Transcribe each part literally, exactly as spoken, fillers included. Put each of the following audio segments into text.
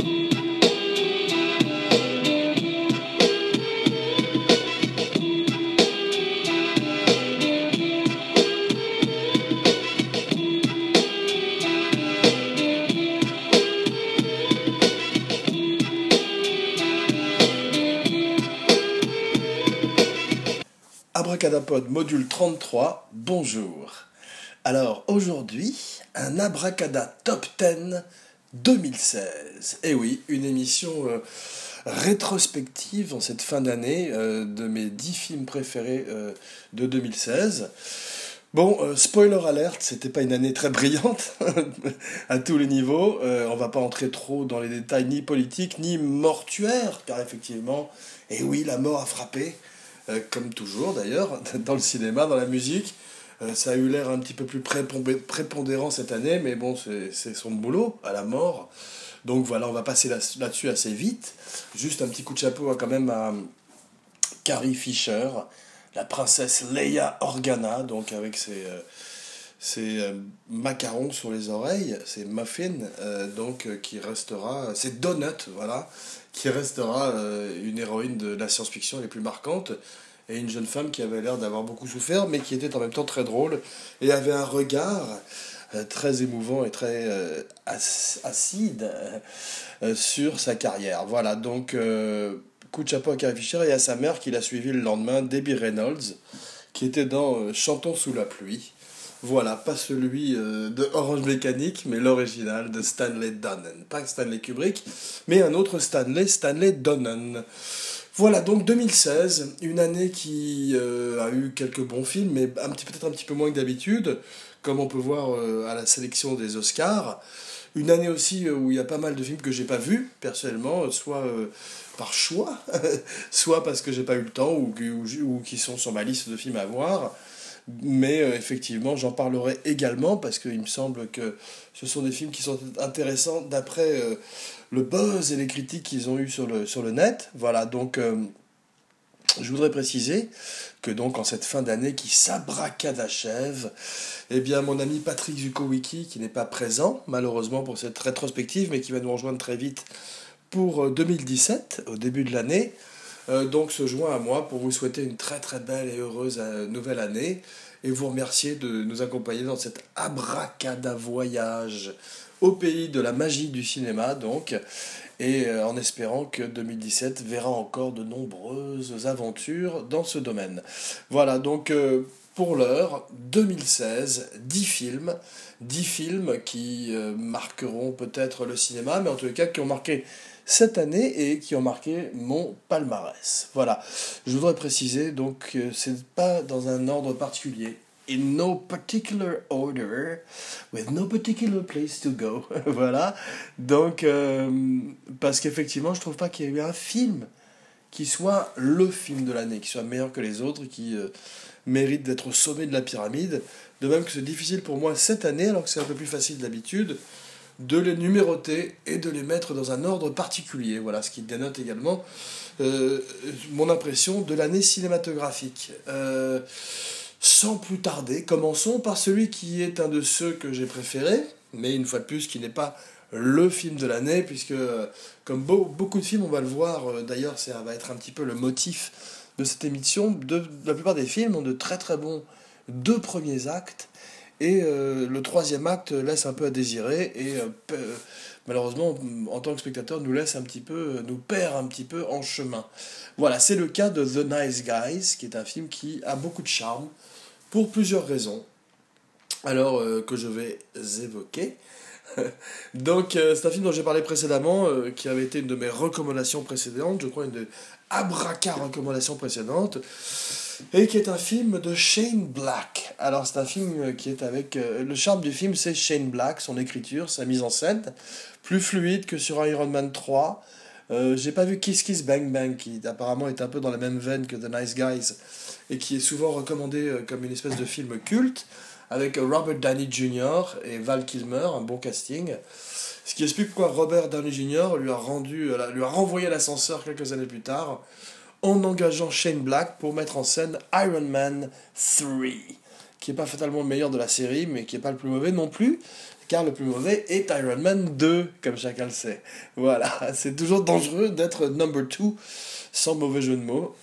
Abracadapod module trente-trois, bonjour. Alors aujourd'hui, un Abracada Top dix deux mille seize. Et oui, une émission euh, rétrospective en cette fin d'année euh, de mes dix films préférés euh, de deux mille seize. Bon, euh, spoiler alert, c'était pas une année très brillante à tous les niveaux. Euh, on va pas entrer trop dans les détails ni politiques ni mortuaires, car effectivement, et oui, la mort a frappé. Euh, comme toujours d'ailleurs, dans le cinéma, dans la musique. Euh, ça a eu l'air un petit peu plus prépondé- prépondérant cette année, mais bon, c'est, c'est son boulot, à la mort. Donc voilà, on va passer là- là-dessus assez vite. Juste un petit coup de chapeau hein, quand même à Carrie Fisher, la princesse Leia Organa, donc avec ses, euh, ses euh, macarons sur les oreilles, ses muffins, euh, donc euh, qui restera, ses donuts, voilà, qui restera euh, une héroïne de la science-fiction les plus marquantes, et une jeune femme qui avait l'air d'avoir beaucoup souffert, mais qui était en même temps très drôle, et avait un regard euh, très émouvant et très euh, ac- acide euh, sur sa carrière. Voilà, donc euh, coup de chapeau à Carrie Fisher et à sa mère qui l'a suivi le lendemain, Debbie Reynolds, qui était dans euh, Chantons sous la pluie. Voilà, pas celui euh, de Orange Mécanique, mais l'original de Stanley Donen. Pas Stanley Kubrick, mais un autre Stanley, Stanley Donen. Voilà, donc deux mille seize, une année qui euh, a eu quelques bons films, mais un petit, peut-être un petit peu moins que d'habitude, comme on peut voir euh, à la sélection des Oscars. Une année aussi euh, où il y a pas mal de films que j'ai pas vus, personnellement, soit euh, par choix, soit parce que j'ai pas eu le temps, ou, ou, ou qui sont sur ma liste de films à voir. Mais euh, effectivement, j'en parlerai également parce qu'il me semble que ce sont des films qui sont intéressants d'après euh, le buzz et les critiques qu'ils ont eu sur le, sur le net. Voilà, donc euh, je voudrais préciser que donc en cette fin d'année qui s'abracadachève, eh bien mon ami Patrick Zukowicki, qui n'est pas présent malheureusement pour cette rétrospective, mais qui va nous rejoindre très vite pour euh, deux mille dix-sept, au début de l'année, euh, donc se joint à moi pour vous souhaiter une très très belle et heureuse euh, nouvelle année et vous remercier de nous accompagner dans cet abracada voyage au pays de la magie du cinéma donc, et euh, en espérant que deux mille dix-sept verra encore de nombreuses aventures dans ce domaine. Voilà, donc euh, pour l'heure, deux mille seize, dix films, dix films qui euh, marqueront peut-être le cinéma, mais en tout cas qui ont marqué cette année et qui ont marqué mon palmarès. Voilà, je voudrais préciser donc que c'est pas dans un ordre particulier. In no particular order, with no particular place to go. Voilà. Donc, euh, parce qu'effectivement, je trouve pas qu'il y ait eu un film qui soit le film de l'année, qui soit meilleur que les autres, qui euh, mérite d'être au sommet de la pyramide. De même que c'est difficile pour moi cette année, alors que c'est un peu plus facile d'habitude, de les numéroter et de les mettre dans un ordre particulier. Voilà, ce qui dénote également euh, mon impression de l'année cinématographique. Euh, Sans plus tarder, commençons par celui qui est un de ceux que j'ai préférés, mais une fois de plus qui n'est pas le film de l'année, puisque comme beau, beaucoup de films, on va le voir, euh, d'ailleurs ça va être un petit peu le motif de cette émission, de, la plupart des films ont de très très bons deux premiers actes, et euh, le troisième acte laisse un peu à désirer, et euh, pe- euh, malheureusement, en tant que spectateur, nous laisse un petit peu, nous perd un petit peu en chemin. Voilà, c'est le cas de The Nice Guys, qui est un film qui a beaucoup de charme, pour plusieurs raisons, alors euh, que je vais évoquer. Donc euh, c'est un film dont j'ai parlé précédemment, euh, qui avait été une de mes recommandations précédentes, je crois une de abraca recommandations précédentes, et qui est un film de Shane Black. Alors c'est un film qui est avec... Euh, le charme du film, c'est Shane Black, son écriture, sa mise en scène, plus fluide que sur Iron Man trois. Euh, j'ai pas vu Kiss Kiss Bang Bang, qui apparemment est un peu dans la même veine que The Nice Guys, et qui est souvent recommandé euh, comme une espèce de film culte, avec Robert Downey junior et Val Kilmer, un bon casting. Ce qui explique pourquoi Robert Downey junior lui a, rendu, euh, lui a renvoyé l'ascenseur quelques années plus tard, en engageant Shane Black pour mettre en scène Iron Man trois, qui n'est pas fatalement le meilleur de la série, mais qui n'est pas le plus mauvais non plus, car le plus mauvais est Iron Man deux, comme chacun le sait. Voilà, c'est toujours dangereux d'être number two, sans mauvais jeu de mots.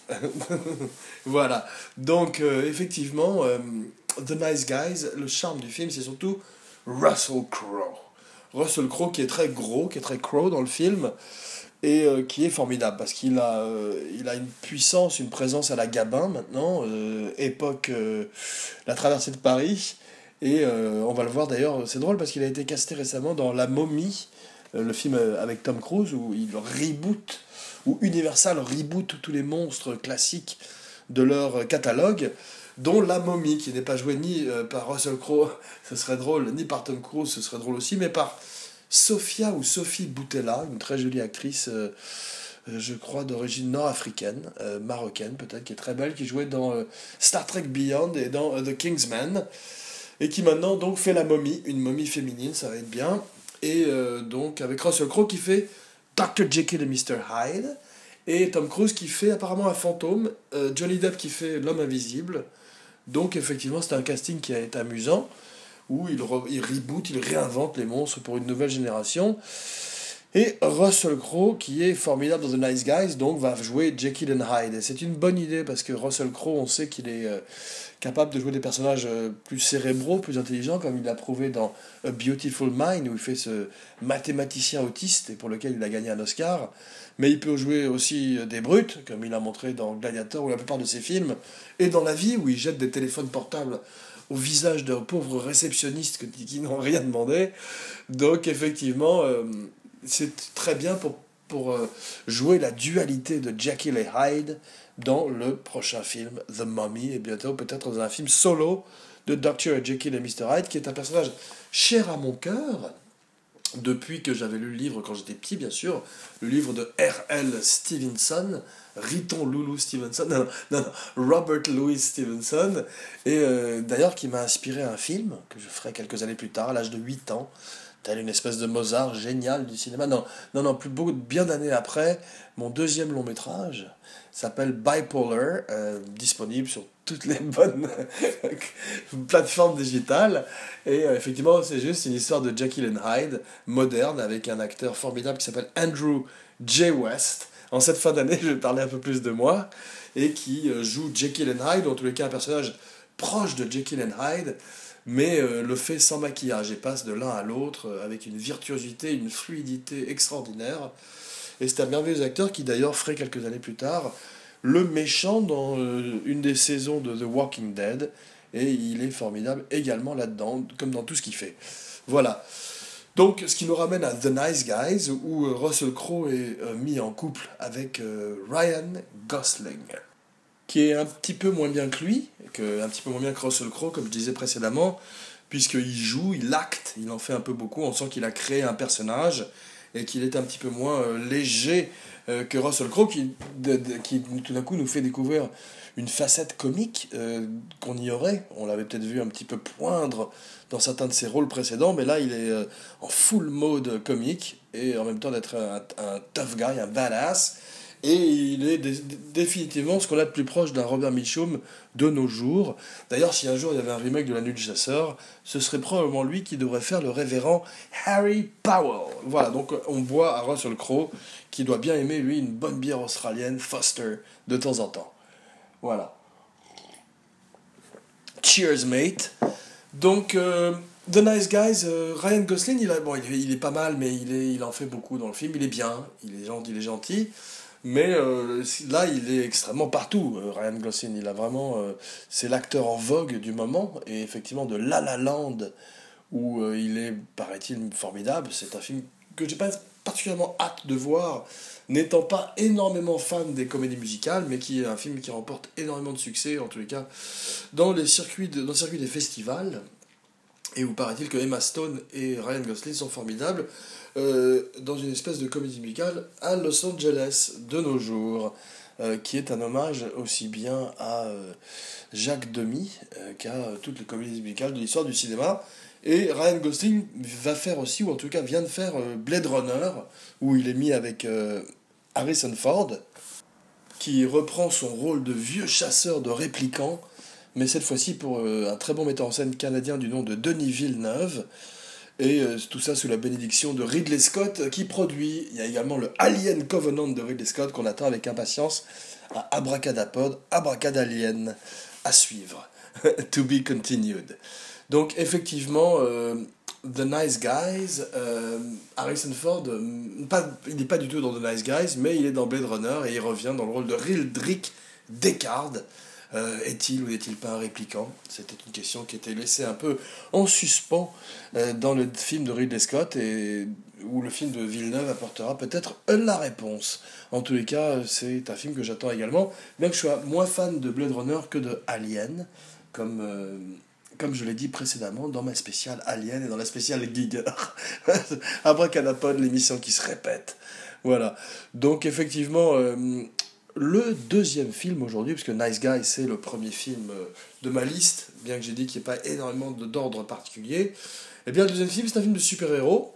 Voilà, donc euh, effectivement, euh, The Nice Guys, le charme du film, c'est surtout Russell Crowe. Russell Crowe qui est très gros, qui est très Crowe dans le film, et euh, qui est formidable, parce qu'il a, euh, il a une puissance, une présence à la Gabin maintenant, euh, époque euh, la traversée de Paris, et euh, on va le voir d'ailleurs, c'est drôle parce qu'il a été casté récemment dans La Momie, euh, le film euh, avec Tom Cruise, où il reboot, où Universal reboot tous les monstres classiques de leur catalogue, dont La Momie, qui n'est pas jouée ni euh, par Russell Crowe, ce serait drôle, ni par Tom Cruise, ce serait drôle aussi, mais par Sophia ou Sophie Boutella, une très jolie actrice, euh, euh, je crois d'origine nord-africaine, euh, marocaine peut-être, qui est très belle, qui jouait dans euh, Star Trek Beyond et dans euh, The Kingsman, et qui maintenant donc fait La Momie, une momie féminine, ça va être bien, et euh, donc avec Russell Crowe qui fait docteur Jekyll et mister Hyde, et Tom Cruise qui fait apparemment un fantôme, euh, Johnny Depp qui fait l'homme invisible. Donc effectivement c'est un casting qui a été amusant, où il, re, il reboot, il réinvente les monstres pour une nouvelle génération. Et Russell Crowe, qui est formidable dans The Nice Guys, donc va jouer Jekyll and Hyde. Et c'est une bonne idée, parce que Russell Crowe, on sait qu'il est euh, capable de jouer des personnages euh, plus cérébraux, plus intelligents, comme il l'a prouvé dans A Beautiful Mind, où il fait ce mathématicien autiste, et pour lequel il a gagné un Oscar. Mais il peut jouer aussi des brutes, comme il a montré dans Gladiator ou la plupart de ses films, et dans La Vie, où il jette des téléphones portables au visage de pauvres réceptionnistes qui, qui n'ont rien demandé. Donc effectivement, euh, c'est très bien pour, pour euh, jouer la dualité de Jekyll et Hyde dans le prochain film The Mummy, et bientôt peut-être dans un film solo de docteur Jekyll et mister Hyde, qui est un personnage cher à mon cœur, depuis que j'avais lu le livre quand j'étais petit, bien sûr, le livre de R L Stevenson, Riton Loulou Stevenson, non, non, non, Robert Louis Stevenson, et euh, d'ailleurs qui m'a inspiré un film que je ferai quelques années plus tard, à l'âge de huit ans, tel une espèce de Mozart génial du cinéma. Non, non, non, plus beaucoup, bien d'années après, mon deuxième long métrage s'appelle Bipolar, euh, disponible sur toutes les bonnes plateformes digitales. Et euh, effectivement, c'est juste une histoire de Jekyll and Hyde, moderne, avec un acteur formidable qui s'appelle Andrew J. West. En cette fin d'année, je vais parler un peu plus de moi, et qui euh, joue Jekyll and Hyde, ou en tous les cas un personnage proche de Jekyll and Hyde, mais euh, le fait sans maquillage, et passe de l'un à l'autre euh, avec une virtuosité, une fluidité extraordinaire. Et c'est un merveilleux acteur qui d'ailleurs ferait quelques années plus tard le méchant dans euh, une des saisons de The Walking Dead, et il est formidable également là-dedans, comme dans tout ce qu'il fait. Voilà. Donc, ce qui nous ramène à The Nice Guys, où euh, Russell Crowe est euh, mis en couple avec euh, Ryan Gosling, qui est un petit peu moins bien que lui, que, un petit peu moins bien que Russell Crowe, comme je disais précédemment, puisqu'il joue, il acte, il en fait un peu beaucoup, on sent qu'il a créé un personnage, et qu'il est un petit peu moins euh, léger euh, que Russell Crowe, qui, de, de, qui tout d'un coup nous fait découvrir une facette comique euh, qu'on ignorait. On l'avait peut-être vu un petit peu poindre dans certains de ses rôles précédents, mais là il est euh, en full mode comique, et en même temps d'être un, un tough guy, un badass, et il est dé- définitivement ce qu'on a de plus proche d'un Robert Mitchum de nos jours. D'ailleurs, si un jour il y avait un remake de La Nuit du Chasseur, ce serait probablement lui qui devrait faire le révérend Harry Powell. Voilà, donc on boit à Russell Crowe, qui doit bien aimer, lui, une bonne bière australienne, Foster, de temps en temps. Voilà. Cheers, mate. Donc, euh, The Nice Guys, euh, Ryan Gosling, il, a, bon, il, il est pas mal, mais il, est, il en fait beaucoup dans le film. Il est bien, il est gentil, il est gentil. Mais euh, là, il est extrêmement partout, euh, Ryan Gosling. Il a vraiment, euh, c'est l'acteur en vogue du moment. Et effectivement, de La La Land, où euh, il est, paraît-il, formidable. C'est un film que j'ai pas particulièrement hâte de voir, n'étant pas énormément fan des comédies musicales, mais qui est un film qui remporte énormément de succès, en tous les cas, dans, les circuits de, dans le circuit des festivals. Et où paraît-il que Emma Stone et Ryan Gosling sont formidables euh, dans une espèce de comédie musicale à Los Angeles de nos jours, euh, qui est un hommage aussi bien à euh, Jacques Demy euh, qu'à euh, toutes les comédies musicales de l'histoire du cinéma. Et Ryan Gosling va faire aussi, ou en tout cas vient de faire euh, Blade Runner, où il est mis avec euh, Harrison Ford, qui reprend son rôle de vieux chasseur de réplicants, mais cette fois-ci pour euh, un très bon metteur en scène canadien du nom de Denis Villeneuve. Et euh, tout ça sous la bénédiction de Ridley Scott euh, qui produit. Il y a également le Alien Covenant de Ridley Scott qu'on attend avec impatience à Abracadapod, Abracadalien à suivre. To be continued. Donc effectivement, euh, The Nice Guys, euh, Harrison Ford, euh, pas, il n'est pas du tout dans The Nice Guys, mais il est dans Blade Runner et il revient dans le rôle de Rildrick Deckard. Euh, est-il ou n'est-il pas un répliquant? C'était une question qui était laissée un peu en suspens euh, dans le film de Ridley Scott et où le film de Villeneuve apportera peut-être la réponse. En tous les cas, c'est un film que j'attends également, bien que je sois moins fan de Blade Runner que de Alien, comme, euh, comme je l'ai dit précédemment dans ma spéciale Alien et dans la spéciale Giger. Abracadapod, l'émission qui se répète. Voilà. Donc effectivement... Euh, le deuxième film aujourd'hui, puisque Nice Guy c'est le premier film de ma liste, bien que j'ai dit qu'il n'y ait pas énormément d'ordre particulier, et bien le deuxième film c'est un film de super-héros.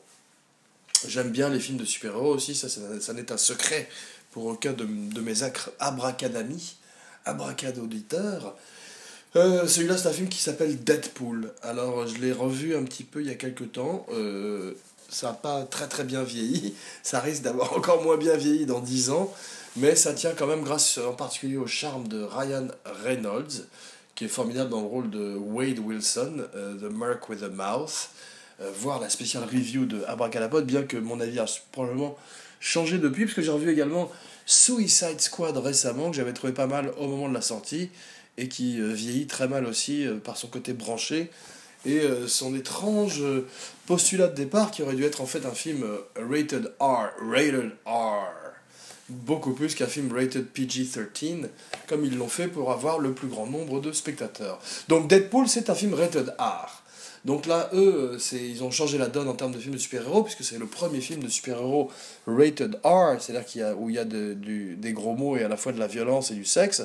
J'aime bien les films de super-héros aussi, ça, ça, ça n'est un secret pour aucun de, de mes acres abracadamis, abracadauditeurs. Euh, celui-là c'est un film qui s'appelle Deadpool. Alors je l'ai revu un petit peu il y a quelques temps, euh, ça n'a pas très très bien vieilli, ça risque d'avoir encore moins bien vieilli dans dix ans, mais ça tient quand même grâce en particulier au charme de Ryan Reynolds, qui est formidable dans le rôle de Wade Wilson, euh, The Merc with a Mouth. Euh, voir la spéciale review de Abracadapod, bien que mon avis a probablement changé depuis, parce que j'ai revu également Suicide Squad récemment, que j'avais trouvé pas mal au moment de la sortie, et qui euh, vieillit très mal aussi euh, par son côté branché, et euh, son étrange euh, postulat de départ, qui aurait dû être en fait un film euh, rated R, rated R, beaucoup plus qu'un film rated P G treize, comme ils l'ont fait pour avoir le plus grand nombre de spectateurs. Donc Deadpool, c'est un film rated R. Donc là, eux, c'est, ils ont changé la donne en termes de film de super-héros, puisque c'est le premier film de super-héros rated R, c'est-à-dire qu'il y a, où il y a de, du, des gros mots et à la fois de la violence et du sexe.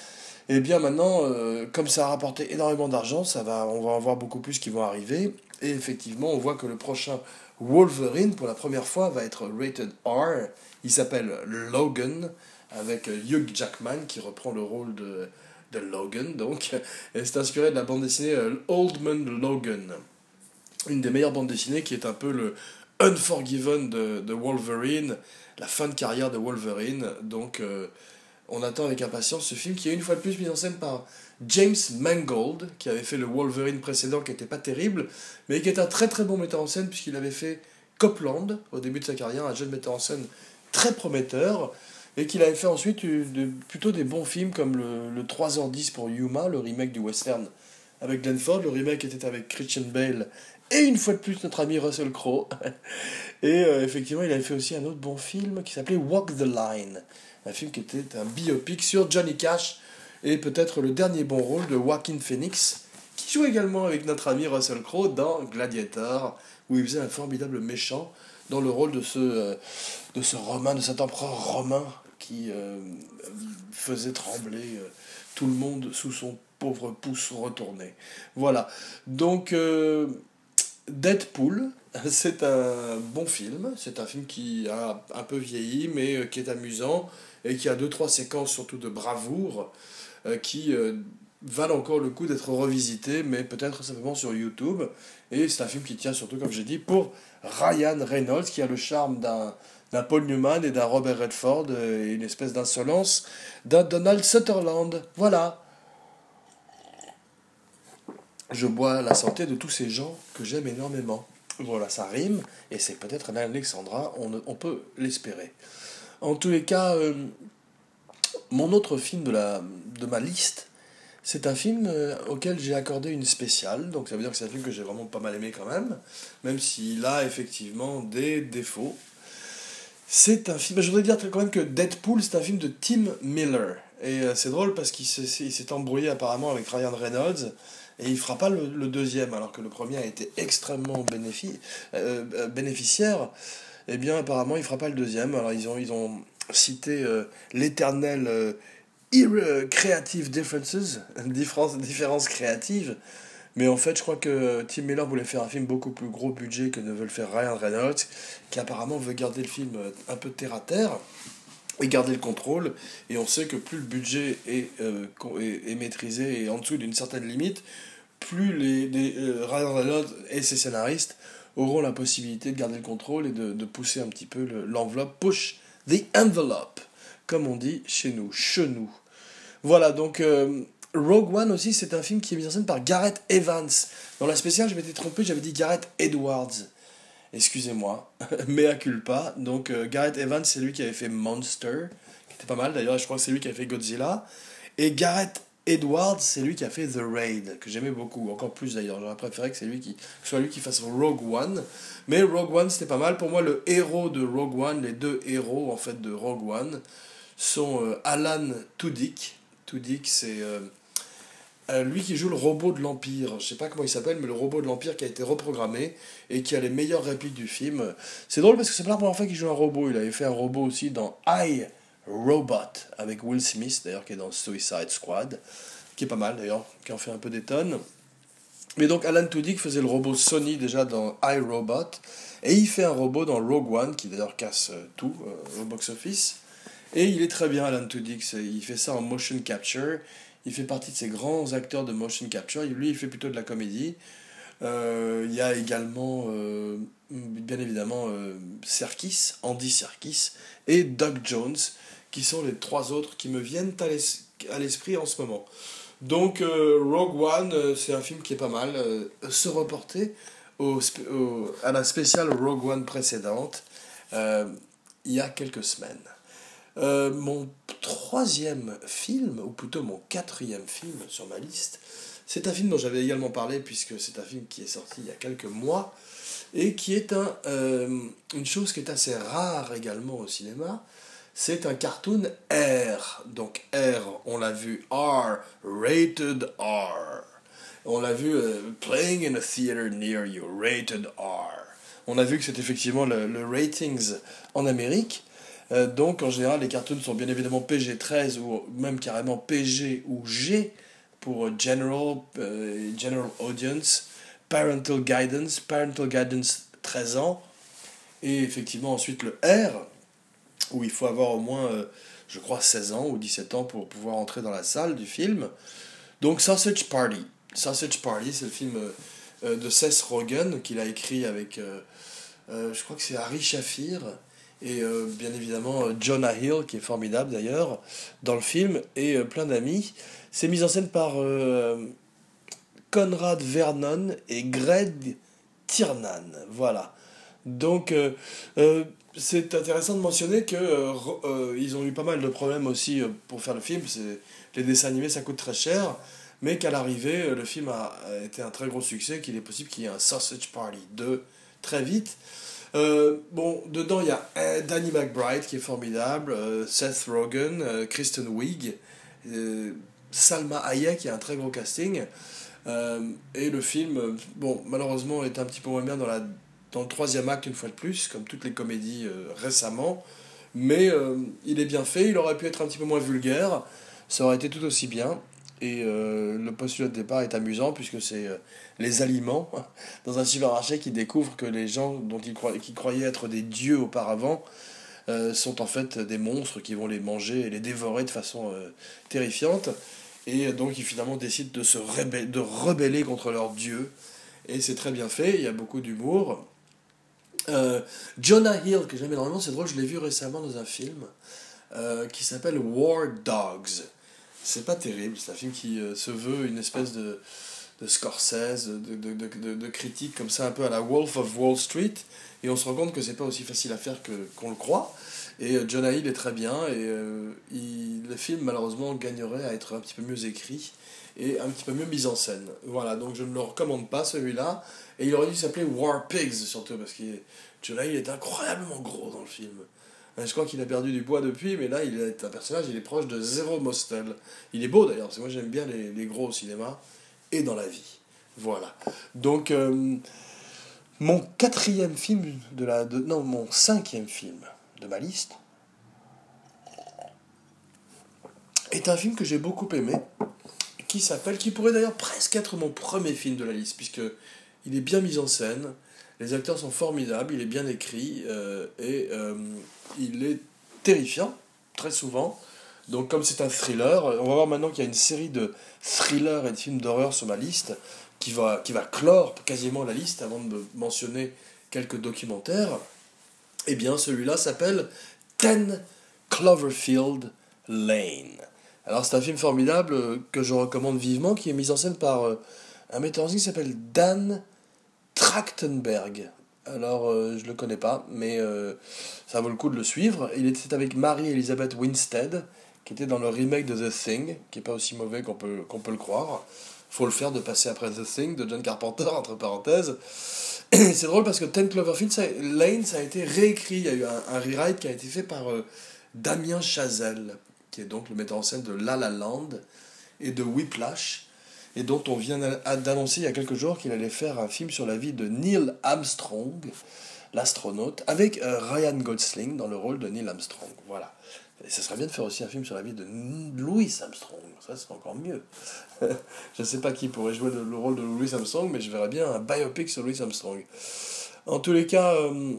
Et bien maintenant, euh, comme ça a rapporté énormément d'argent, ça va, on va en voir beaucoup plus qui vont arriver. Et effectivement, on voit que le prochain Wolverine, pour la première fois, va être rated R. Il s'appelle Logan, avec Hugh Jackman qui reprend le rôle de, de Logan. Donc, et c'est inspiré de la bande dessinée Old Man Logan. Une des meilleures bandes dessinées qui est un peu le Unforgiven de, de Wolverine, la fin de carrière de Wolverine. Donc... Euh, on attend avec impatience ce film qui est une fois de plus mis en scène par James Mangold, qui avait fait le Wolverine précédent qui n'était pas terrible, mais qui est un très très bon metteur en scène puisqu'il avait fait Copland au début de sa carrière, un jeune metteur en scène très prometteur, et qu'il avait fait ensuite de, plutôt des bons films comme le, le trois heures dix pour Yuma, le remake du western avec Glenn Ford. Le remake était avec Christian Bale et une fois de plus notre ami Russell Crowe. Et euh, effectivement, il avait fait aussi un autre bon film qui s'appelait Walk the Line, un film qui était un biopic sur Johnny Cash, et peut-être le dernier bon rôle de Joaquin Phoenix, qui joue également avec notre ami Russell Crowe dans Gladiator, où il faisait un formidable méchant dans le rôle de ce, euh, de ce Romain, de cet empereur romain qui euh, faisait trembler euh, tout le monde sous son pauvre pouce retourné. Voilà. Donc, euh, Deadpool, c'est un bon film. C'est un film qui a un peu vieilli, mais qui est amusant et qui a deux trois séquences surtout de bravoure euh, qui euh, valent encore le coup d'être revisité, mais peut-être simplement sur YouTube. Et c'est un film qui tient surtout, comme j'ai dit, pour Ryan Reynolds, qui a le charme d'un, d'un Paul Newman et d'un Robert Redford, euh, et une espèce d'insolence d'un Donald Sutherland. Voilà. Je bois la santé de tous ces gens que j'aime énormément. Voilà, ça rime, et c'est peut-être l'Alexandra, on, on peut l'espérer. En tous les cas, euh, mon autre film de, la, de ma liste, c'est un film euh, auquel j'ai accordé une spéciale, donc ça veut dire que c'est un film que j'ai vraiment pas mal aimé quand même, même s'il a effectivement des défauts. C'est un film, je voudrais dire quand même que Deadpool, c'est un film de Tim Miller, et euh, c'est drôle parce qu'il s'est, il s'est embrouillé apparemment avec Ryan Reynolds, et il fera pas le, le deuxième, alors que le premier a été extrêmement bénéfi, euh, euh, bénéficiaire. Eh bien, apparemment, il fera pas le deuxième. Alors, ils ont, ils ont cité euh, l'éternel euh, ir- Creative Differences, différences, différences créatives. Mais en fait, je crois que Tim Miller voulait faire un film beaucoup plus gros budget que ne veut le faire Ryan Reynolds, qui apparemment veut garder le film un peu terre à terre. et garder le contrôle. Et on sait que plus le budget est, euh, est, est maîtrisé et en dessous d'une certaine limite, plus les, les euh, Ryan Reynolds et ses scénaristes auront la possibilité de garder le contrôle et de, de pousser un petit peu le, l'enveloppe, push the envelope, comme on dit chez nous, chez nous. Voilà, donc euh, Rogue One aussi, c'est un film qui est mis en scène par Gareth Evans. Dans la spéciale, je m'étais trompé, j'avais dit Gareth Edwards. Excusez-moi, mea culpa. Donc euh, Gareth Evans, c'est lui qui avait fait Monster, qui était pas mal d'ailleurs, je crois que c'est lui qui a fait Godzilla. Et Gareth Edwards, c'est lui qui a fait The Raid, que j'aimais beaucoup, encore plus d'ailleurs. J'aurais préféré que c'est lui qui, que ce soit lui qui fasse Rogue One. Mais Rogue One, c'était pas mal. Pour moi, le héros de Rogue One, les deux héros en fait de Rogue One, sont euh, Alan Tudyk. Tudyk, c'est euh, euh, lui qui joue le robot de l'Empire. Je sais pas comment il s'appelle, mais le robot de l'Empire qui a été reprogrammé et qui a les meilleures répliques du film. C'est drôle parce que c'est pas la première fois qu'il joue un robot. Il avait fait un robot aussi dans I, Robot, avec Will Smith, d'ailleurs, qui est dans Suicide Squad, qui est pas mal d'ailleurs, qui en fait un peu des tonnes. Mais donc Alan Tudyk faisait le robot Sony déjà dans I, Robot, et il fait un robot dans Rogue One, qui d'ailleurs casse euh, tout euh, au box-office. Et il est très bien, Alan Tudyk, il fait ça en motion capture, il fait partie de ces grands acteurs de motion capture, lui il fait plutôt de la comédie. Euh, il y a également, euh, bien évidemment, euh, Serkis, Andy Serkis, et Doug Jones, qui sont les trois autres qui me viennent à, l'es- à l'esprit en ce moment. Donc euh, Rogue One, euh, c'est un film qui est pas mal. Euh, se reporter au, sp- au- à la spéciale Rogue One précédente, euh, il y a quelques semaines. Euh, mon troisième film, ou plutôt mon quatrième film sur ma liste, c'est un film dont j'avais également parlé, puisque c'est un film qui est sorti il y a quelques mois, et qui est un, euh, une chose qui est assez rare également au cinéma. C'est un cartoon R. Donc R, on l'a vu R, rated R. On l'a vu euh, playing in a theater near you, rated R. On a vu que c'est effectivement le, le ratings en Amérique. Euh, donc en général, les cartoons sont bien évidemment P G treize ou même carrément P G ou G pour General, euh, General Audience, Parental Guidance, Parental Guidance treize ans. Et effectivement ensuite le R, où il faut avoir au moins, euh, je crois, seize ans ou dix-sept ans pour pouvoir entrer dans la salle du film. Donc Sausage Party. Sausage Party, c'est le film euh, de Seth Rogen qu'il a écrit avec, euh, euh, je crois que c'est Ari Shafir, et euh, bien évidemment euh, Jonah Hill, qui est formidable d'ailleurs, dans le film, et euh, plein d'amis. C'est mis en scène par euh, Conrad Vernon et Greg Tiernan. Voilà. Donc, euh, euh, c'est intéressant de mentionner que euh, euh, ils ont eu pas mal de problèmes aussi euh, pour faire le film. C'est, les dessins animés, ça coûte très cher, mais qu'à l'arrivée, euh, le film a, a été un très gros succès, qu'il est possible qu'il y ait un Sausage Party deux très vite. Euh, bon, dedans, il y a euh, Danny McBride qui est formidable, euh, Seth Rogen, euh, Kristen Wiig, euh, Salma Hayek, qui a un très gros casting. Euh, et le film, euh, bon, malheureusement, est un petit peu moins bien dans la dans le troisième acte une fois de plus, comme toutes les comédies euh, récemment, mais euh, il est bien fait, il aurait pu être un petit peu moins vulgaire, ça aurait été tout aussi bien, et euh, le postulat de départ est amusant, puisque c'est euh, les aliments dans un supermarché qui découvrent que les gens dont ils croyaient, qui croyaient être des dieux auparavant euh, sont en fait des monstres qui vont les manger et les dévorer de façon euh, terrifiante, et donc ils finalement décident de se rébé- de rebeller contre leur dieu, et c'est très bien fait, il y a beaucoup d'humour. Euh, Jonah Hill, que j'aime énormément, c'est drôle, je l'ai vu récemment dans un film euh, qui s'appelle War Dogs. C'est pas terrible, c'est un film qui euh, se veut une espèce de, de Scorsese, de, de, de, de, de critique comme ça, un peu à la Wolf of Wall Street, et on se rend compte que c'est pas aussi facile à faire que, qu'on le croit. Et euh, Jonah Hill est très bien, et euh, il, le film malheureusement gagnerait à être un petit peu mieux écrit et un petit peu mieux mis en scène. Voilà, donc je ne le recommande pas celui-là. Et il aurait dû s'appeler War Pigs surtout, parce que Jonah Hill est incroyablement gros dans le film. Euh, Je crois qu'il a perdu du poids depuis, mais là il est un personnage, il est proche de Zero Mostel. Il est beau d'ailleurs, parce que moi j'aime bien les, les gros au cinéma et dans la vie. Voilà. Donc euh, mon quatrième film de la... De, non, mon cinquième film de ma liste est un film que j'ai beaucoup aimé, qui s'appelle, qui pourrait d'ailleurs presque être mon premier film de la liste, puisque il est bien mis en scène, les acteurs sont formidables, il est bien écrit, euh, et euh, il est terrifiant, très souvent. Donc comme c'est un thriller, on va voir maintenant qu'il y a une série de thrillers et de films d'horreur sur ma liste qui va, qui va clore quasiment la liste avant de mentionner quelques documentaires. Eh bien celui-là s'appelle dix Cloverfield Lane. Alors c'est un film formidable euh, que je recommande vivement, qui est mis en scène par euh, un metteur en scène qui s'appelle Dan Trachtenberg. Alors euh, je le connais pas, mais euh, ça vaut le coup de le suivre. Il était avec Mary-Elizabeth Winstead, qui était dans le remake de The Thing, qui est pas aussi mauvais qu'on peut, qu'on peut le croire. Faut le faire de passer après The Thing de John Carpenter, entre parenthèses. Et c'est drôle parce que dix Cloverfield ça, Lane, ça a été réécrit. Il y a eu un, un rewrite qui a été fait par euh, Damien Chazelle, qui est donc le metteur en scène de La La Land et de Whiplash, et dont on vient d'annoncer il y a quelques jours qu'il allait faire un film sur la vie de Neil Armstrong, l'astronaute, avec euh, Ryan Gosling dans le rôle de Neil Armstrong. Voilà. Et ça serait bien de faire aussi un film sur la vie de Louis Armstrong, ça serait encore mieux. Je ne sais pas qui pourrait jouer le, le rôle de Louis Armstrong, mais je verrais bien un biopic sur Louis Armstrong. En tous les cas, euh,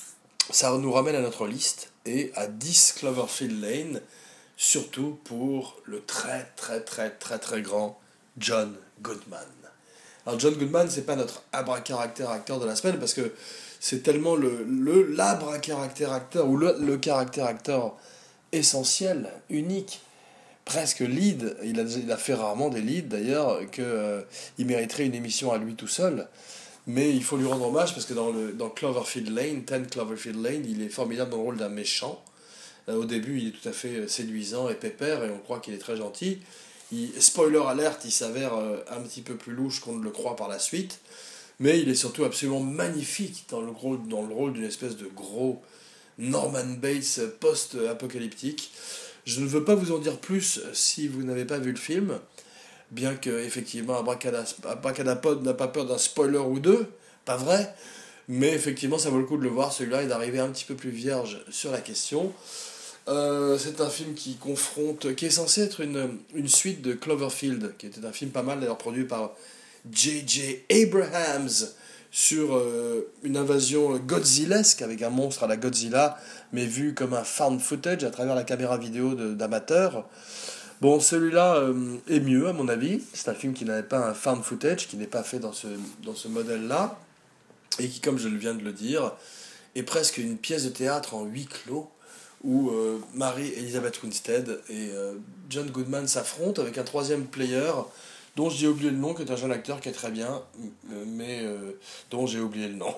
ça nous ramène à notre liste, et à dix Cloverfield Lane, surtout pour le très très très très très grand John Goodman. Alors John Goodman, c'est pas notre abracaractère acteur de la semaine, parce que c'est tellement le, le l'abracaractère acteur, ou le, le caractère acteur essentiel, unique, presque lead, il a, il a fait rarement des leads d'ailleurs, qu'il euh, mériterait une émission à lui tout seul, mais il faut lui rendre hommage, parce que dans, le, dans Cloverfield Lane, dix Cloverfield Lane, il est formidable dans le rôle d'un méchant. Au début, il est tout à fait séduisant et pépère, et on croit qu'il est très gentil. Il, spoiler alerte, il s'avère un petit peu plus louche qu'on ne le croit par la suite, mais il est surtout absolument magnifique dans le rôle, dans le rôle d'une espèce de gros Norman Bates post-apocalyptique. Je ne veux pas vous en dire plus si vous n'avez pas vu le film, bien que, effectivement, Abracadapod n'a pas peur d'un spoiler ou deux, pas vrai, mais effectivement, ça vaut le coup de le voir, celui-là, et d'arriver un petit peu plus vierge sur la question. Euh, c'est un film qui confronte, qui est censé être une, une suite de Cloverfield, qui était un film pas mal d'ailleurs produit par J J Abrams sur euh, une invasion godzillesque avec un monstre à la Godzilla, mais vu comme un found footage à travers la caméra vidéo de, d'amateurs. Bon, celui-là euh, est mieux à mon avis. C'est un film qui n'avait pas un found footage, qui n'est pas fait dans ce, dans ce modèle-là, et qui, comme je viens de le dire, est presque une pièce de théâtre en huis clos, où euh, Mary-Elizabeth Winstead et euh, John Goodman s'affrontent avec un troisième player dont j'ai oublié le nom, qui est un jeune acteur qui est très bien, mais euh, dont j'ai oublié le nom.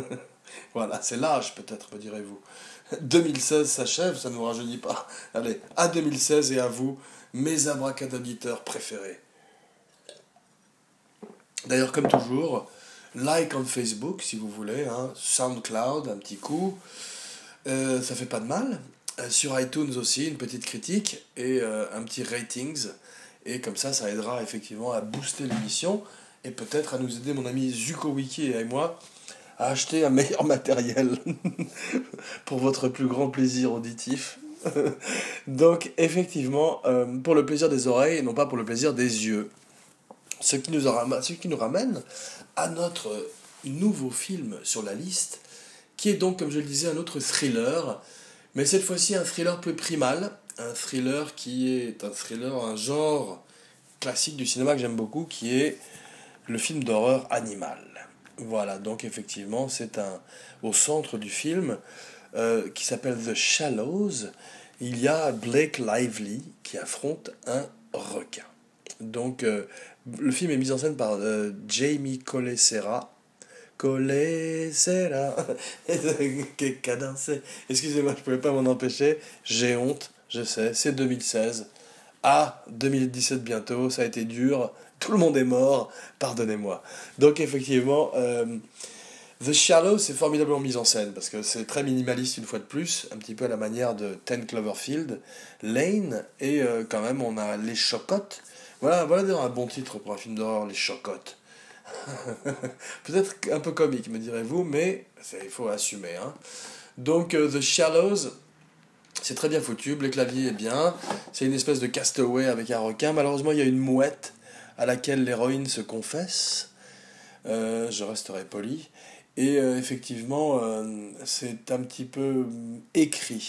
Voilà, c'est l'âge peut-être, me direz-vous. deux mille seize s'achève, ça ne nous rajeunit pas. Allez, à deux mille seize et à vous, mes abracadabiteurs préférés. D'ailleurs, comme toujours, like on Facebook si vous voulez, hein, SoundCloud, un petit coup. Euh, ça fait pas de mal. Euh, sur iTunes aussi, une petite critique et euh, un petit ratings. Et comme ça, ça aidera effectivement à booster l'émission et peut-être à nous aider, mon ami ZukoWiki et moi, à acheter un meilleur matériel pour votre plus grand plaisir auditif. Donc, effectivement, euh, pour le plaisir des oreilles et non pas pour le plaisir des yeux. Ce qui nous, aura, ce qui nous ramène à notre nouveau film sur la liste, qui est donc, comme je le disais, un autre thriller, mais cette fois-ci un thriller plus primal, un thriller qui est un thriller, un genre classique du cinéma que j'aime beaucoup, qui est le film d'horreur animal. Voilà, donc effectivement, c'est un au centre du film, euh, qui s'appelle The Shallows, il y a Blake Lively qui affronte un requin. Donc, euh, le film est mis en scène par euh, Jamie Collet-Serra, Collet-Serra, que cadencé. Excusez-moi, je ne pouvais pas m'en empêcher. J'ai honte, je sais, c'est deux mille seize. Ah, deux mille dix-sept bientôt, ça a été dur. Tout le monde est mort, pardonnez-moi. Donc effectivement, euh, The Shallow, c'est formidablement mis en scène, parce que c'est très minimaliste une fois de plus, un petit peu à la manière de dix Cloverfield Lane, et euh, quand même on a Les Chocottes. Voilà, voilà d'ailleurs un bon titre pour un film d'horreur, Les Chocottes. Peut-être un peu comique, me direz-vous, mais il faut assumer. Hein. Donc, euh, The Shallows, c'est très bien foutu, Blake Lively est bien, c'est une espèce de castaway avec un requin. Malheureusement, il y a une mouette à laquelle l'héroïne se confesse. Euh, je resterai poli. Et euh, effectivement, euh, c'est un petit peu écrit.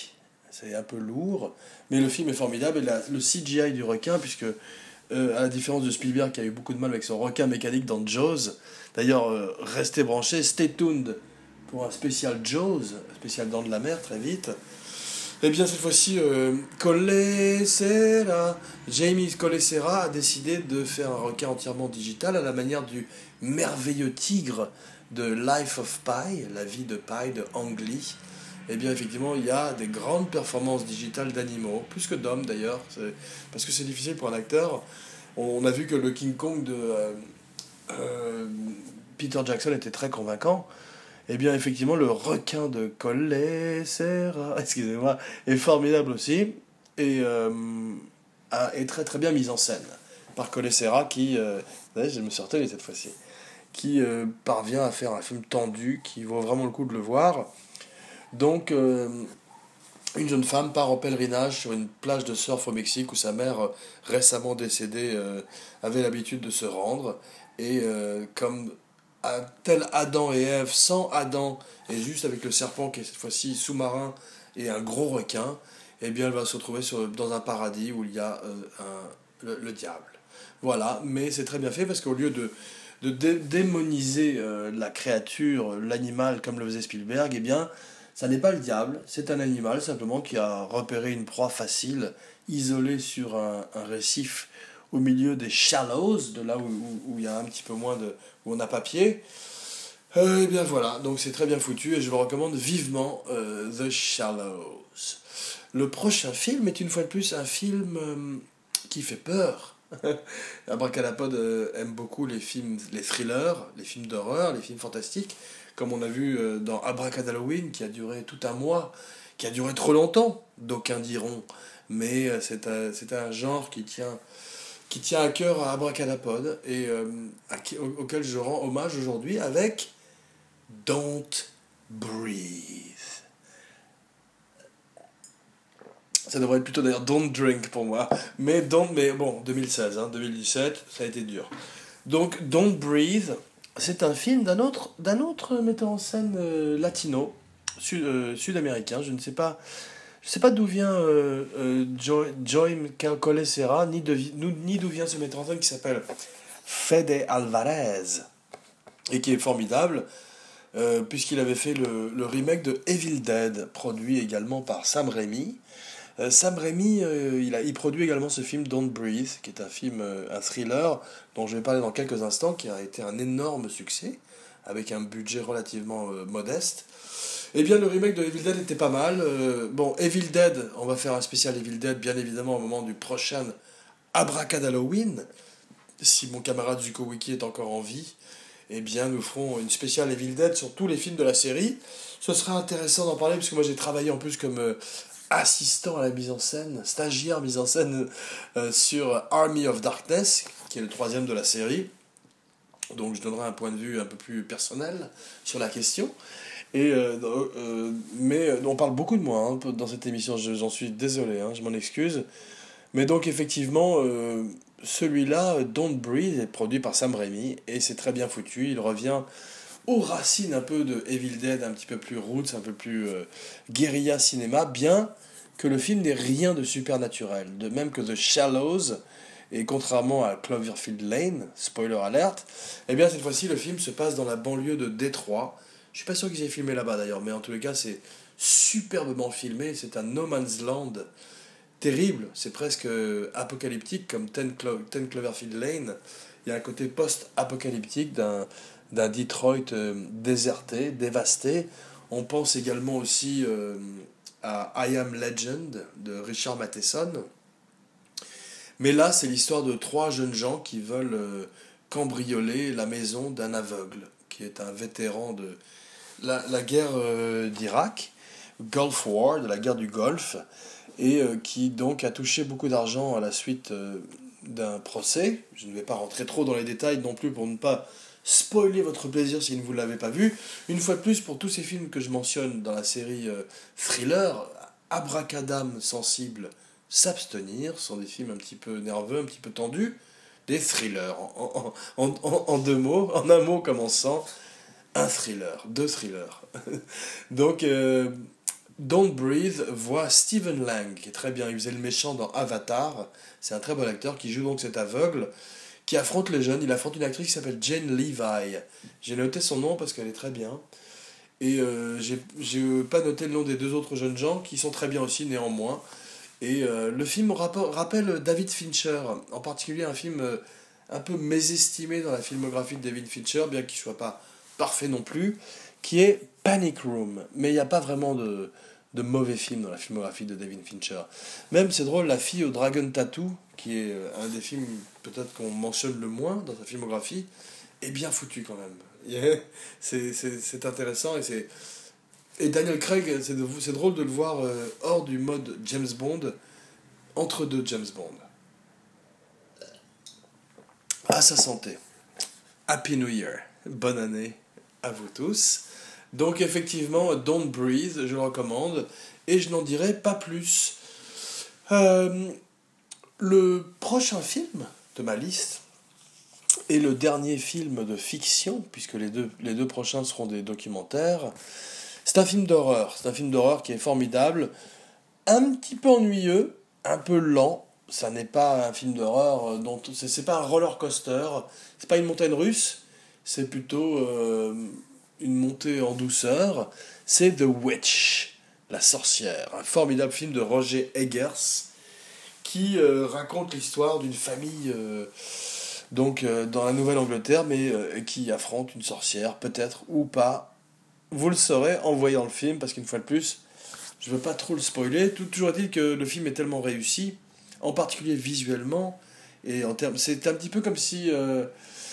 c'est un peu lourd, mais le film est formidable, et la- le C G I du requin, puisque, euh, à la différence de Spielberg qui a eu beaucoup de mal avec son requin mécanique dans Jaws, d'ailleurs, euh, restez branchés, stay tuned pour un spécial Jaws, un spécial Dents de la Mer, très vite. Eh bien, cette fois-ci, euh, Collet-Serra, Jamie Collet-Serra a décidé de faire un requin entièrement digital à la manière du merveilleux tigre de Life of Pi, la vie de Pi de Ang Lee. Eh bien, effectivement, il y a des grandes performances digitales d'animaux, plus que d'hommes d'ailleurs, c'est- parce que c'est difficile pour un acteur. On a vu que le King Kong de euh, euh, Peter Jackson était très convaincant. Eh bien, effectivement, le requin de Collet-Serra, excusez-moi, est formidable aussi, et euh, a- est très très bien mise en scène par Collet-Serra qui, euh, vous savez, je me suis retenu cette fois-ci, qui euh, parvient à faire un film tendu qui vaut vraiment le coup de le voir. Donc, euh, une jeune femme part en pèlerinage sur une plage de surf au Mexique où sa mère, euh, récemment décédée, euh, avait l'habitude de se rendre. Et euh, comme un tel Adam et Ève, sans Adam, et juste avec le serpent qui est cette fois-ci sous-marin et un gros requin, eh bien elle va se retrouver sur, dans un paradis où il y a euh, un, le, le diable. Voilà, mais c'est très bien fait parce qu'au lieu de, de dé- démoniser euh, la créature, l'animal comme le faisait Spielberg, eh bien ça n'est pas le diable, c'est un animal simplement qui a repéré une proie facile, isolée sur un, un récif au milieu des shallows, de là où, où- où il y a un petit peu moins de... où on a pas pied. Euh, et bien voilà, donc c'est très bien foutu et je le recommande vivement, euh, The Shallows. Le prochain film est une fois de plus un film euh, qui fait peur. Abracadapod euh, aime beaucoup les films, les thrillers, les films d'horreur, les films fantastiques, comme on a vu euh, dans Abracadalloween qui a duré tout un mois, qui a duré trop longtemps, d'aucuns diront, mais euh, c'est un, c'est un genre qui tient, qui tient à cœur à Abracadapod et euh, à qui- au- auquel je rends hommage aujourd'hui avec Don't Breathe. Ça devrait être plutôt d'ailleurs Don't Drink pour moi. Mais Don't, mais bon, deux mille seize, hein, deux mille dix-sept, ça a été dur. Donc Don't Breathe, c'est un film d'un autre, d'un autre metteur en scène euh, latino, sud, euh, sud-américain. Je ne sais pas, je sais pas d'où vient euh, euh, Joy, Joy Collet-Serra, ni, de, ni d'où vient ce metteur en scène qui s'appelle Fede Alvarez et qui est formidable. Euh, puisqu'il avait fait le, le remake de Evil Dead, produit également par Sam Raimi. Euh, Sam Raimi, euh, il, a, il produit également ce film Don't Breathe, qui est un film, euh, un thriller, dont je vais parler dans quelques instants, qui a été un énorme succès, avec un budget relativement euh, modeste. Eh bien, le remake de Evil Dead était pas mal. Euh, bon, Evil Dead, on va faire un spécial Evil Dead, bien évidemment, au moment du prochain Abracadalloween, si mon camarade Zuko Wiki est encore en vie. Eh bien, nous ferons une spéciale Evil Dead sur tous les films de la série. Ce sera intéressant d'en parler, parce que moi j'ai travaillé en plus comme euh, assistant à la mise en scène, stagiaire mise en scène euh, sur Army of Darkness, qui est le troisième de la série. Donc je donnerai un point de vue un peu plus personnel sur la question. Et, euh, euh, mais on parle beaucoup de moi hein, dans cette émission, je- j'en suis désolé, hein, je m'en excuse. Mais donc effectivement, euh, celui-là, Don't Breathe, est produit par Sam Raimi, et c'est très bien foutu. Il revient aux racines un peu de Evil Dead, un petit peu plus roots, un peu plus euh, guérilla cinéma, bien que le film n'ait rien de supernaturel. De même que The Shallows, et contrairement à Cloverfield Lane, spoiler alert, eh bien cette fois-ci le film se passe dans la banlieue de Détroit. Je suis pas sûr qu'ils aient filmé là-bas d'ailleurs, mais en tous les cas c'est superbement filmé, c'est un no man's land terrible, c'est presque euh, apocalyptique comme ten, Clo- ten Cloverfield Lane. Il y a un côté post-apocalyptique d'un, d'un Detroit euh, déserté, dévasté. On pense également aussi euh, à I Am Legend de Richard Matheson. Mais là, c'est l'histoire de trois jeunes gens qui veulent euh, cambrioler la maison d'un aveugle, qui est un vétéran de la, la guerre euh, d'Irak, Gulf War, de la guerre du Golfe, et euh, qui donc a touché beaucoup d'argent à la suite euh, d'un procès. Je ne vais pas rentrer trop dans les détails non plus pour ne pas spoiler votre plaisir si vous ne l'avez pas vu. Une fois de plus, pour tous ces films que je mentionne dans la série euh, Thriller, Abracadam sensible, s'abstenir, ce sont des films un petit peu nerveux, un petit peu tendus, des thrillers, en, en, en, en, en deux mots, en un mot commençant, un thriller, deux thrillers. Donc, euh, Don't Breathe voit Stephen Lang, qui est très bien. Il faisait le méchant dans Avatar. C'est un très bon acteur qui joue donc cet aveugle, qui affronte les jeunes. Il affronte une actrice qui s'appelle Jane Levi. J'ai noté son nom parce qu'elle est très bien. Et euh, j'ai j'ai pas noté le nom des deux autres jeunes gens qui sont très bien aussi néanmoins. Et euh, le film rappe- rappelle David Fincher, en particulier un film euh, un peu mésestimé dans la filmographie de David Fincher, bien qu'il soit pas parfait non plus, qui est Panic Room. Mais il n'y a pas vraiment de, de mauvais films dans la filmographie de David Fincher. Même, c'est drôle, La fille au Dragon Tattoo, qui est euh, un des films peut-être qu'on mentionne le moins dans sa filmographie, est bien foutu quand même. Yeah. C'est, c'est, c'est intéressant et c'est... Et Daniel Craig, c'est, de, c'est drôle de le voir euh, hors du mode James Bond, entre deux James Bond. À sa santé. Happy New Year. Bonne année à vous tous. Donc effectivement, Don't Breathe, je le recommande, et je n'en dirai pas plus. Euh, le prochain film de ma liste est le dernier film de fiction, puisque les deux, les deux prochains seront des documentaires. C'est un film d'horreur. C'est un film d'horreur qui est formidable, un petit peu ennuyeux, un peu lent. Ça n'est pas un film d'horreur dont c'est, c'est pas un roller coaster, c'est pas une montagne russe, c'est plutôt euh, une montée en douceur. C'est The Witch, la sorcière, un formidable film de Roger Eggers qui euh, raconte l'histoire d'une famille euh, donc euh, dans la Nouvelle-Angleterre, mais euh, qui affronte une sorcière, peut-être ou pas. Vous le saurez en voyant le film, parce qu'une fois de plus, je veux pas trop le spoiler. Tout, toujours est-il que le film est tellement réussi, en particulier visuellement, et en termes, c'est un petit peu comme si euh,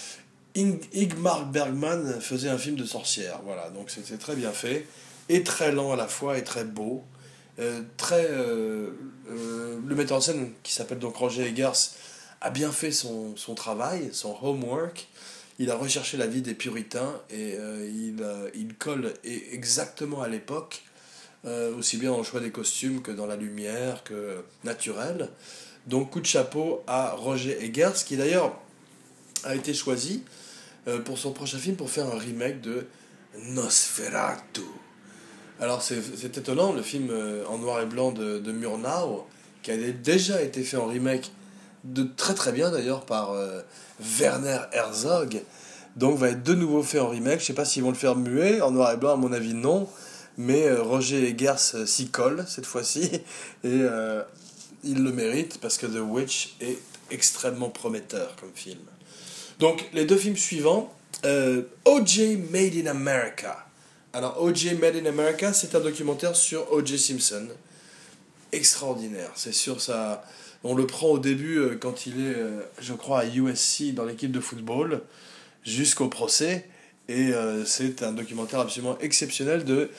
Ing- Ingmar Bergman faisait un film de sorcière. Voilà, donc c'est c'est très bien fait, et très lent à la fois, et très beau. Euh, très, euh, euh, le metteur en scène, qui s'appelle donc Roger Eggers, a bien fait son, son travail, son homework. Il a recherché la vie des puritains, et euh, il, euh, il colle e- exactement à l'époque, euh, aussi bien dans le choix des costumes que dans la lumière, que naturel. Donc coup de chapeau à Roger Eggers, qui d'ailleurs a été choisi euh, pour son prochain film pour faire un remake de Nosferatu. Alors c'est, c'est étonnant, le film euh, en noir et blanc de, de Murnau, qui a déjà été fait en remake, de très très bien d'ailleurs par euh, Werner Herzog, donc va être de nouveau fait en remake. Je sais pas s'ils vont le faire muet, en noir et blanc à mon avis non, mais euh, Roger Eggers euh, s'y colle cette fois-ci, et euh, il le mérite parce que The Witch est extrêmement prometteur comme film. Donc les deux films suivants, euh, O J Made in America. Alors O J Made in America, c'est un documentaire sur O J Simpson. Extraordinaire, c'est sûr ça. On le prend au début euh, quand il est, euh, je crois, à U S C dans l'équipe de football, jusqu'au procès. Et euh, c'est un documentaire absolument exceptionnel de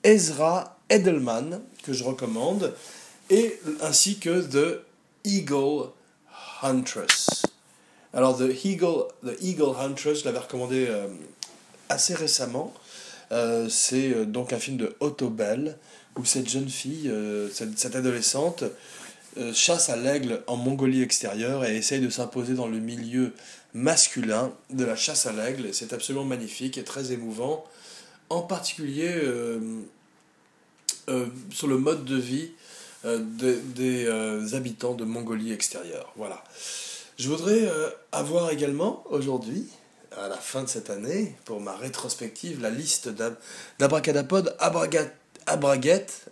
Ezra Edelman, que je recommande, et ainsi que The Eagle Huntress. Alors, The Eagle, The Eagle Huntress, je l'avais recommandé euh, assez récemment. Euh, c'est euh, donc un film de Otto Bell, où cette jeune fille, euh, cette, cette adolescente, euh, chasse à l'aigle en Mongolie extérieure et essaye de s'imposer dans le milieu masculin de la chasse à l'aigle. C'est absolument magnifique et très émouvant, en particulier euh, euh, sur le mode de vie euh, de- des euh, habitants de Mongolie extérieure. Voilà. Je voudrais euh, avoir également aujourd'hui, à la fin de cette année, pour ma rétrospective, la liste d'ab- d'abracadapod, abraga- abraguette.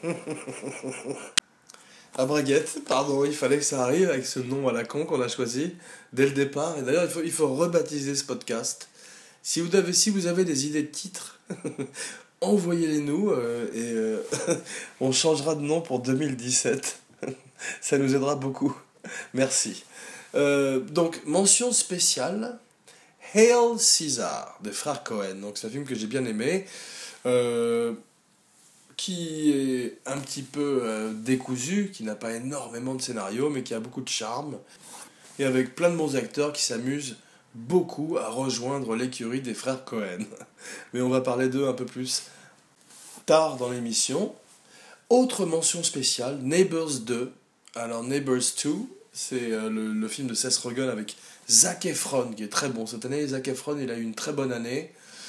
Abraguette, pardon, il fallait que ça arrive avec ce nom à la con qu'on a choisi dès le départ. Et d'ailleurs, il faut, il faut rebaptiser ce podcast. Si vous avez, si vous avez des idées de titres, envoyez-les nous euh, et euh, on changera de nom pour deux mille dix-sept. Ça nous aidera beaucoup. Merci. Euh, donc, mention spéciale, Hail Caesar, des frères Cohen. Donc, c'est un film que j'ai bien aimé, euh, qui est un petit peu euh, décousu, qui n'a pas énormément de scénario, mais qui a beaucoup de charme, et avec plein de bons acteurs qui s'amusent beaucoup à rejoindre l'écurie des frères Cohen. Mais on va parler d'eux un peu plus tard dans l'émission. Autre mention spéciale, Neighbors deux. Alors Neighbors deux, c'est euh, le, le film de Seth Rogen avec Zac Efron, qui est très bon. Cette année, Zac Efron, il a eu une très bonne année.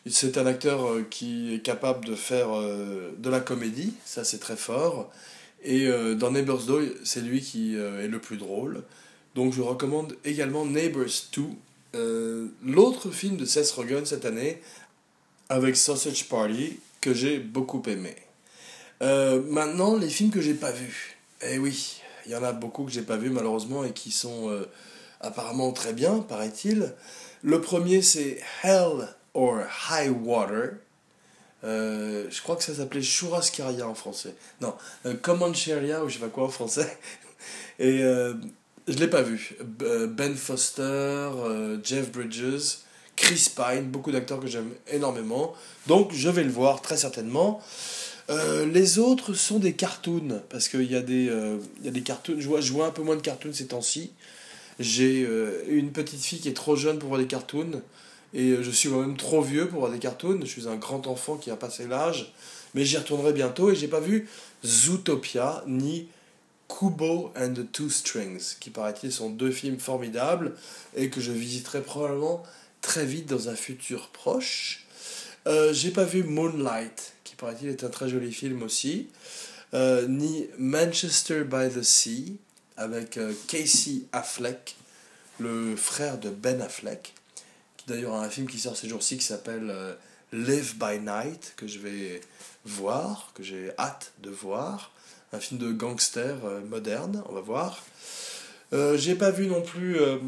C'est un acteur euh, qui est capable de faire euh, de la comédie, ça c'est très fort. Et euh, dans Neighbors deux, c'est lui qui euh, est le plus drôle. Donc je recommande également Neighbors deux, euh, l'autre film de Seth Rogen cette année, avec Sausage Party, que j'ai beaucoup aimé. Euh, maintenant, les films que j'ai pas vus. Eh oui, il y en a beaucoup que j'ai pas vus malheureusement et qui sont euh, apparemment très bien, paraît-il. Le premier c'est Hell or High Water. Euh, je crois que ça s'appelait Churrascaria en français. Non, euh, Comancheria ou je sais pas quoi en français. Et euh, je l'ai pas vu. B- euh, Ben Foster, euh, Jeff Bridges, Chris Pine, beaucoup d'acteurs que j'aime énormément. Donc je vais le voir très certainement. Euh, les autres sont des cartoons, parce qu'il y a des, euh, il y a des cartoons. Je vois, je vois un peu moins de cartoons ces temps-ci. J'ai euh, une petite fille qui est trop jeune pour voir des cartoons, et euh, je suis moi-même trop vieux pour voir des cartoons. Je suis un grand enfant qui a passé l'âge, mais j'y retournerai bientôt, et j'ai pas vu Zootopia ni Kubo and the Two Strings, qui paraît-il sont deux films formidables, et que je visiterai probablement très vite dans un futur proche. Euh, j'ai pas vu Moonlight, qui paraît-il est un très joli film aussi, euh, ni Manchester by the Sea, avec euh, Casey Affleck, le frère de Ben Affleck, qui d'ailleurs a un film qui sort ces jours-ci qui s'appelle euh, Live by Night, que je vais voir, que j'ai hâte de voir. Un film de gangster euh, moderne, on va voir. Euh, j'ai pas vu non plus euh,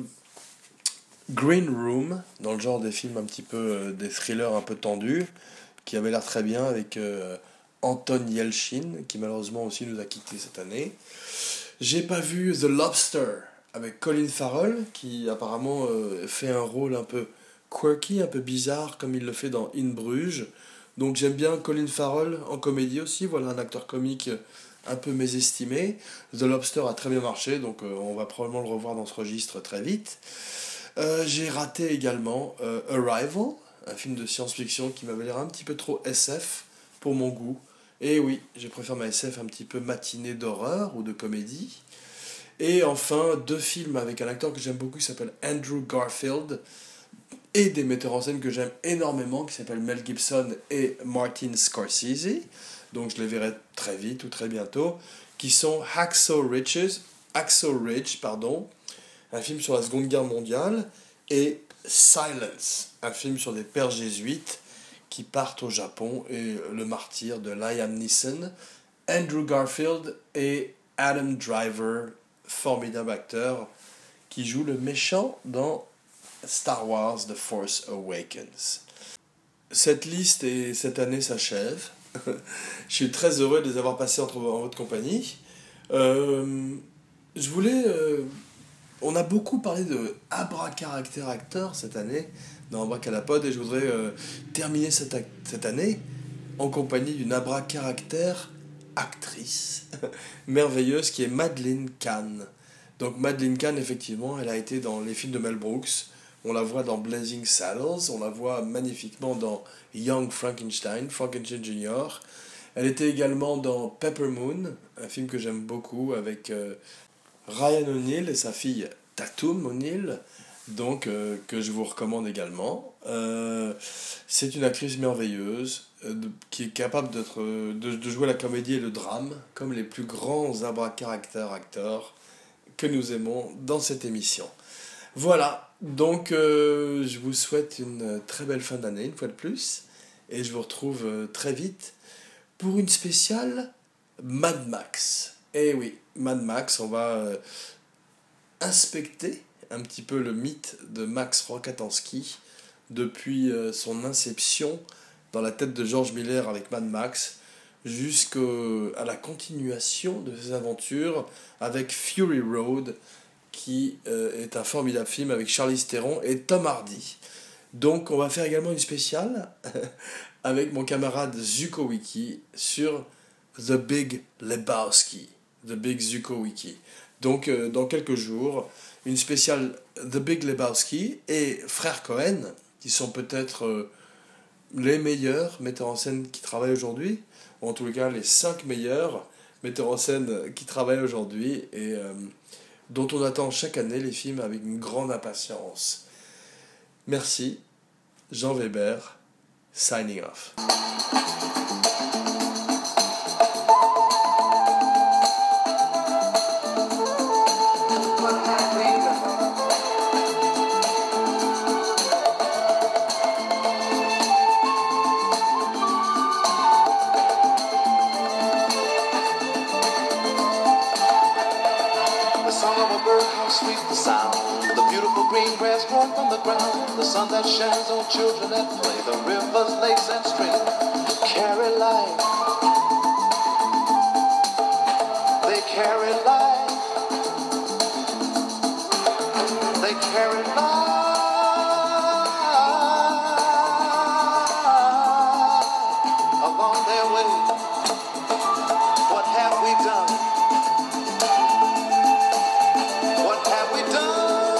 Green Room, dans le genre des films un petit peu, euh, des thrillers un peu tendus, qui avait l'air très bien avec euh, Anton Yelchin, qui malheureusement aussi nous a quittés cette année. J'ai pas vu The Lobster avec Colin Farrell, qui apparemment euh, fait un rôle un peu quirky, un peu bizarre, comme il le fait dans In Bruges. Donc j'aime bien Colin Farrell en comédie aussi, voilà un acteur comique un peu mésestimé. The Lobster a très bien marché, donc euh, on va probablement le revoir dans ce registre très vite. Euh, j'ai raté également euh, Arrival, un film de science-fiction qui m'avait l'air un petit peu trop S F pour mon goût. Et oui, je préfère ma S F un petit peu matinée d'horreur ou de comédie. Et enfin, deux films avec un acteur que j'aime beaucoup qui s'appelle Andrew Garfield et des metteurs en scène que j'aime énormément qui s'appellent Mel Gibson et Martin Scorsese. Donc je les verrai très vite ou très bientôt. Qui sont Hacksaw Ridge, Hacksaw Ridge, pardon, un film sur la Seconde Guerre mondiale, et Silence, un film sur des pères jésuites qui partent au Japon et le martyr de Liam Neeson, Andrew Garfield et Adam Driver, formidable acteur, qui joue le méchant dans Star Wars The Force Awakens. Cette liste et cette année s'achève. Je suis très heureux de les avoir passés entre, en votre compagnie. Euh, je voulais... euh, on a beaucoup parlé de abracadabra acteur cette année dans Abracadapod et je voudrais euh, terminer cette, ac- cette année en compagnie d'une abracaractère actrice merveilleuse qui est Madeleine Kahn. Donc Madeleine Kahn, effectivement, elle a été dans les films de Mel Brooks. On la voit dans Blazing Saddles, on la voit magnifiquement dans Young Frankenstein, Frankenstein Junior Elle était également dans Pepper Moon, un film que j'aime beaucoup avec euh, Ryan O'Neal et sa fille Tatum O'Neal, donc euh, que je vous recommande également. Euh, c'est une actrice merveilleuse euh, de- qui est capable d'être, euh, de, de jouer la comédie et le drame comme les plus grands abracaractères acteurs que nous aimons dans cette émission. Voilà, donc euh, je vous souhaite une très belle fin d'année une fois de plus et je vous retrouve euh, très vite pour une spéciale Mad Max. Eh oui, Mad Max, on va euh, inspecter un petit peu le mythe de Max Rokatansky depuis euh, son inception dans la tête de George Miller avec Mad Max jusqu'à la continuation de ses aventures avec Fury Road qui euh, est un formidable film avec Charlize Theron et Tom Hardy. Donc on va faire également une spéciale avec mon camarade Zuko Wiki sur The Big Lebowski. The Big Zuko Wiki. Donc euh, dans quelques jours, une spéciale The Big Lebowski et Frères Cohen, qui sont peut-être euh, les meilleurs metteurs en scène qui travaillent aujourd'hui, ou en tous les cas les cinq meilleurs metteurs en scène qui travaillent aujourd'hui et euh, dont on attend chaque année les films avec une grande impatience. Merci, Jean Weber. signing off. Sweet the sound, the beautiful green grass growing from the ground, the sun that shines on children that play, the rivers, lakes, and streams carry life. They carry life. They carry life along their way. What have we done? What have we done?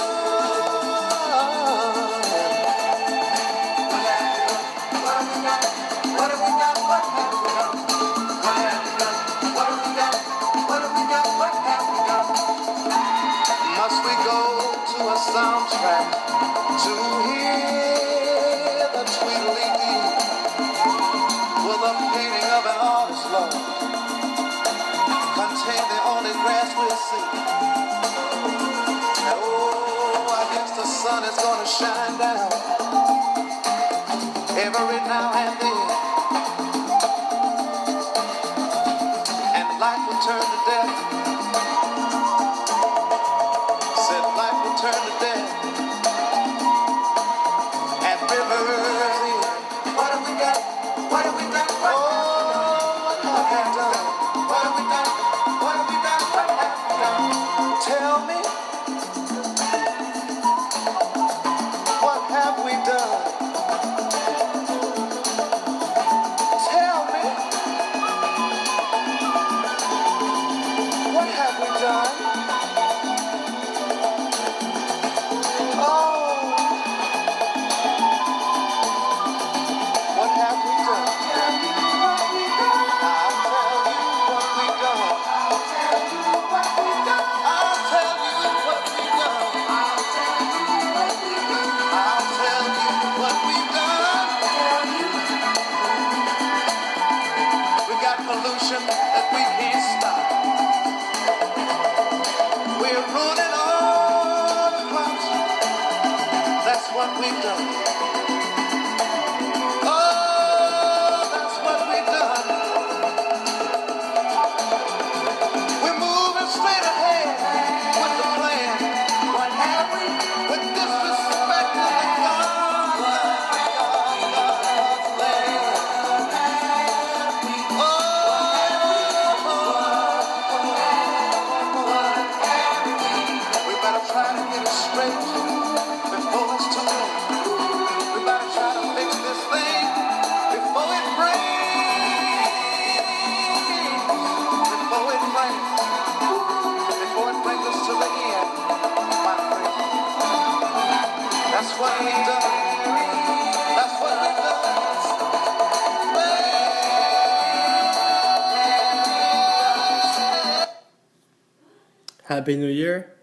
What have we done? What have we done? What have we done? What have we done? What have we done? What have we done? What have we done? Must we go to a soundtrack to hear the tweedledee with a painting of an artist's love contain the only grass we'll see? The sun is gonna shine down every now and then, and life will turn to death. Said life will turn to death, and rivers in. What have we done? What have we done? What oh, what have we done? What have we done? What have we done? What have we done? Tell me. What have we done? Tell me. What have we done? Oh. What have we done? I'll tell you what we done. I'll tell you what we done. I'll tell you what we done. I'll tell you what we done. I'll tell you what we've done. We got pollution that we can't stop. We're ruining all the crops. That's what we've done. Oh, that's what we've done. We're moving straight ahead with the plan. What have we? With disrespect to the God. Try to get it straight before it's too late. We better try to fix this thing before it breaks. Before it breaks. Before it brings us to the end, my friend. That's what we've done. That's what we've done. Happy New Year.